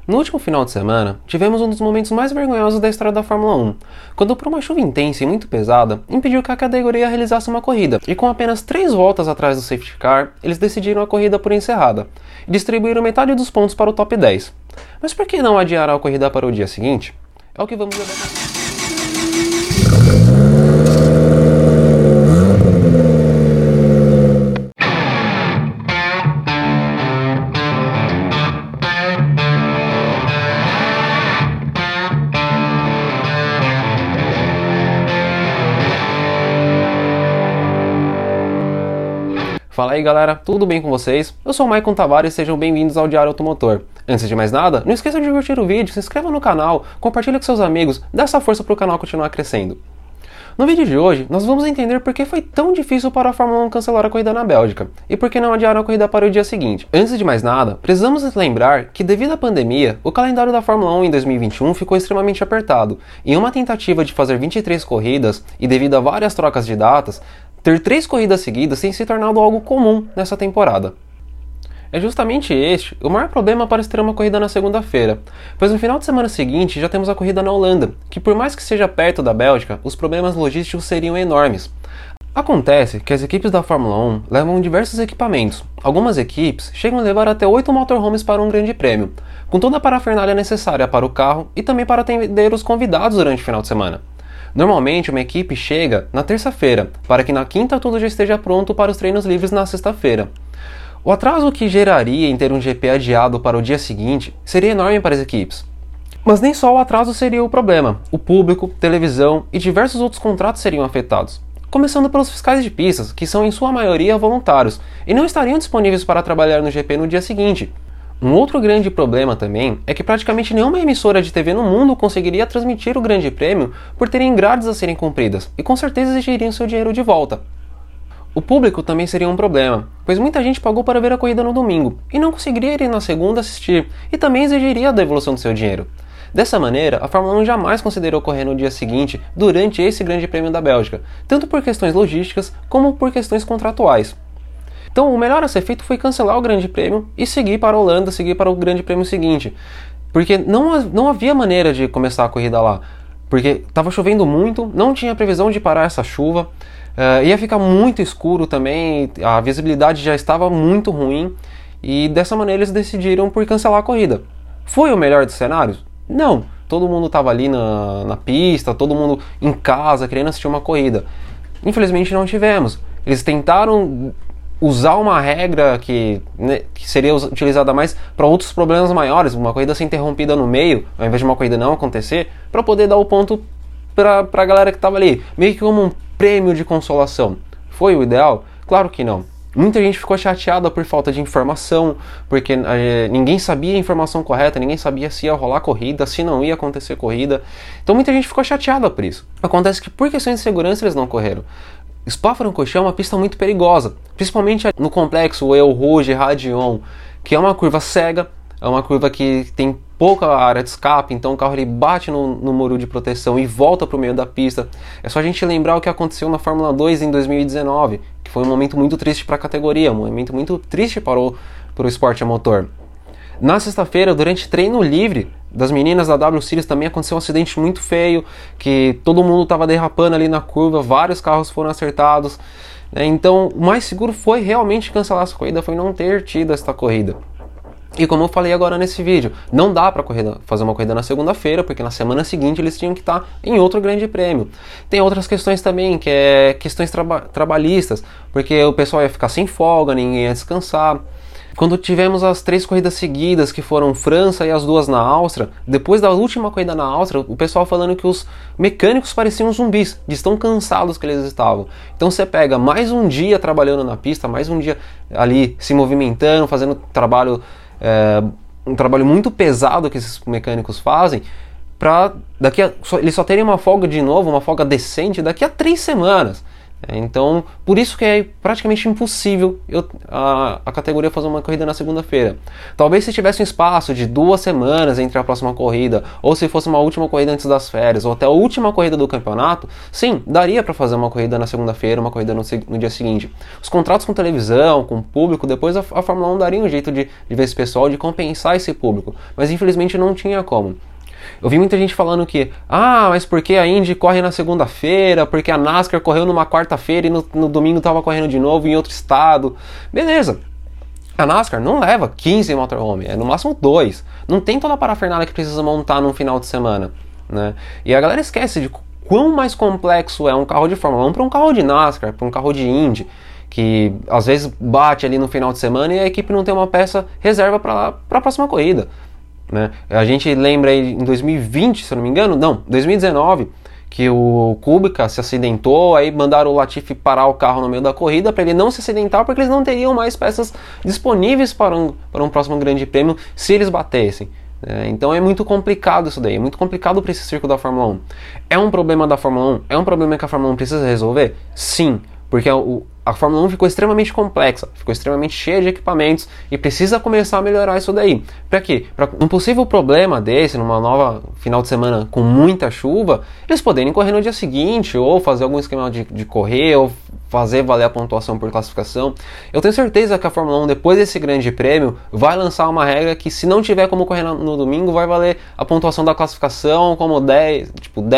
No último final de semana, tivemos um dos momentos mais vergonhosos da história da Fórmula 1, quando por uma chuva intensa e muito pesada, impediu que a categoria realizasse uma corrida, e com apenas 3 voltas atrás do safety car, eles decidiram a corrida por encerrada, e distribuíram metade dos pontos para o top 10. Mas por que não adiar a corrida para o dia seguinte? É o que vamos ver. Fala aí galera, tudo bem com vocês? Eu sou o Maicon Tavares e sejam bem-vindos ao Diário Automotor. Antes de mais nada, não esqueça de curtir o vídeo, se inscreva no canal, compartilhe com seus amigos, dá essa força para o canal continuar crescendo. No vídeo de hoje, nós vamos entender por que foi tão difícil para a Fórmula 1 cancelar a corrida na Bélgica e por que não adiaram a corrida para o dia seguinte. Antes de mais nada, precisamos lembrar que devido à pandemia, o calendário da Fórmula 1 em 2021 ficou extremamente apertado. Em uma tentativa de fazer 23 corridas e devido a várias trocas de datas, ter 3 corridas seguidas tem se tornado algo comum nessa temporada. É justamente este o maior problema para se ter uma corrida na segunda-feira, pois no final de semana seguinte já temos a corrida na Holanda, que por mais que seja perto da Bélgica, os problemas logísticos seriam enormes. Acontece que as equipes da Fórmula 1 levam diversos equipamentos. Algumas equipes chegam a levar até 8 motorhomes para um grande prêmio, com toda a parafernália necessária para o carro e também para atender os convidados durante o final de semana. Normalmente uma equipe chega na terça-feira, para que na quinta tudo já esteja pronto para os treinos livres na sexta-feira. O atraso que geraria em ter um GP adiado para o dia seguinte seria enorme para as equipes. Mas nem só o atraso seria o problema, o público, televisão e diversos outros contratos seriam afetados. Começando pelos fiscais de pistas, que são em sua maioria voluntários, e não estariam disponíveis para trabalhar no GP no dia seguinte. Um outro grande problema também é que praticamente nenhuma emissora de TV no mundo conseguiria transmitir o Grande Prêmio por terem grades a serem cumpridas, e com certeza exigiriam seu dinheiro de volta. O público também seria um problema, pois muita gente pagou para ver a corrida no domingo, e não conseguiria ir na segunda assistir, e também exigiria a devolução do seu dinheiro. Dessa maneira, a Fórmula 1 jamais considerou correr no dia seguinte durante esse Grande Prêmio da Bélgica, tanto por questões logísticas como por questões contratuais. Então o melhor a ser feito foi cancelar o Grande Prêmio e seguir para a Holanda, seguir para o Grande Prêmio seguinte. Porque não havia maneira de começar a corrida lá. Porque estava chovendo muito, não tinha previsão de parar essa chuva, ia ficar muito escuro também, a visibilidade já estava muito ruim. E dessa maneira eles decidiram por cancelar a corrida. Foi o melhor dos cenários? Não. Todo mundo estava ali na pista, todo mundo em casa querendo assistir uma corrida. Infelizmente não tivemos. Eles tentaram usar uma regra que seria utilizada mais para outros problemas maiores, uma corrida ser interrompida no meio, ao invés de uma corrida não acontecer, para poder dar o ponto para a galera que estava ali, meio que como um prêmio de consolação. Foi o ideal? Claro que não. Muita gente ficou chateada por falta de informação, porque ninguém sabia a informação correta, ninguém sabia se ia rolar corrida, se não ia acontecer corrida. Então muita gente ficou chateada por isso. Acontece que por questões de segurança eles não correram. Spa-Francorchamps é uma pista muito perigosa, principalmente no complexo El Rouge-Radion, que é uma curva cega, é uma curva que tem pouca área de escape, então o carro ele bate no muro de proteção e volta para o meio da pista. É só a gente lembrar o que aconteceu na Fórmula 2 em 2019, que foi um momento muito triste para a categoria, um momento muito triste para o esporte a motor. Na sexta-feira, durante treino livre das meninas da W Series, também aconteceu um acidente muito feio, que todo mundo estava derrapando ali na curva, vários carros foram acertados. Então, o mais seguro foi realmente cancelar essa corrida, foi não ter tido esta corrida. E como eu falei agora nesse vídeo, não dá para fazer uma corrida na segunda-feira, porque na semana seguinte eles tinham que estar em outro grande prêmio. Tem outras questões também, que é questões trabalhistas, porque o pessoal ia ficar sem folga, ninguém ia descansar. Quando tivemos as 3 corridas seguidas, que foram França e as 2 na Áustria, depois da última corrida na Áustria, o pessoal falando que os mecânicos pareciam zumbis, de tão cansados que eles estavam. Então você pega mais um dia trabalhando na pista, mais um dia ali se movimentando, fazendo um trabalho muito pesado que esses mecânicos fazem, para eles só terem uma folga de novo, uma folga decente, daqui a 3 semanas. Então, por isso que é praticamente impossível a categoria fazer uma corrida na segunda-feira. Talvez se tivesse um espaço de 2 semanas entre a próxima corrida, ou se fosse uma última corrida antes das férias, ou até a última corrida do campeonato, sim, daria para fazer uma corrida na segunda-feira, uma corrida no dia seguinte. Os contratos com televisão, com público, depois a Fórmula 1 daria um jeito de ver esse pessoal, de compensar esse público, mas infelizmente não tinha como. Eu vi muita gente falando que, mas porque a Indy corre na segunda-feira, porque a NASCAR correu numa quarta-feira e no domingo estava correndo de novo em outro estado. Beleza. A NASCAR não leva 15 motorhome, é no máximo 2. Não tem toda a parafernália que precisa montar num final de semana, né? E a galera esquece de quão mais complexo é um carro de Fórmula 1 para um carro de NASCAR, para um carro de Indy, que às vezes bate ali no final de semana e a equipe não tem uma peça reserva para a próxima corrida. Né? A gente lembra aí em 2020, se eu não me engano, 2019, que o Kubica se acidentou, aí mandaram o Latifi parar o carro no meio da corrida para ele não se acidentar, porque eles não teriam mais peças disponíveis para um próximo grande prêmio se eles batessem. Então é muito complicado isso daí, é muito complicado para esse circo da Fórmula 1. É um problema da Fórmula 1? É um problema que a Fórmula 1 precisa resolver? Sim, porque a Fórmula 1 ficou extremamente complexa, ficou extremamente cheia de equipamentos e precisa começar a melhorar isso daí. Para quê? Para um possível problema desse, numa nova final de semana com muita chuva, eles poderem correr no dia seguinte, ou fazer algum esquema de correr, ou fazer valer a pontuação por classificação. Eu tenho certeza que a Fórmula 1, depois desse grande prêmio, vai lançar uma regra que, se não tiver como correr no domingo, vai valer a pontuação da classificação como 10,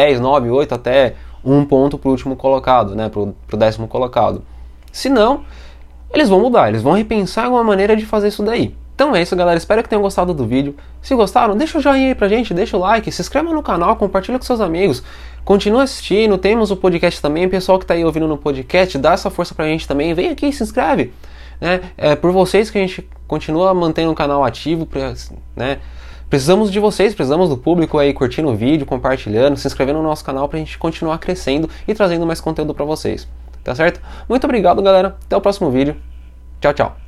9, 8, até 1 ponto para o último colocado, né, para o 10º colocado. Se não, eles vão mudar, eles vão repensar alguma maneira de fazer isso daí. Então é isso, galera, espero que tenham gostado do vídeo. Se gostaram, deixa o joinha aí pra gente, deixa o like, se inscreva no canal, compartilha com seus amigos. Continua assistindo, temos o podcast também, pessoal que tá aí ouvindo no podcast, dá essa força pra gente também, vem aqui, se inscreve. Né? É por vocês que a gente continua mantendo o canal ativo, né? Precisamos de vocês, precisamos do público aí curtindo o vídeo, compartilhando, se inscrevendo no nosso canal pra gente continuar crescendo e trazendo mais conteúdo pra vocês. Tá certo? Muito obrigado, galera. Até o próximo vídeo. Tchau, tchau.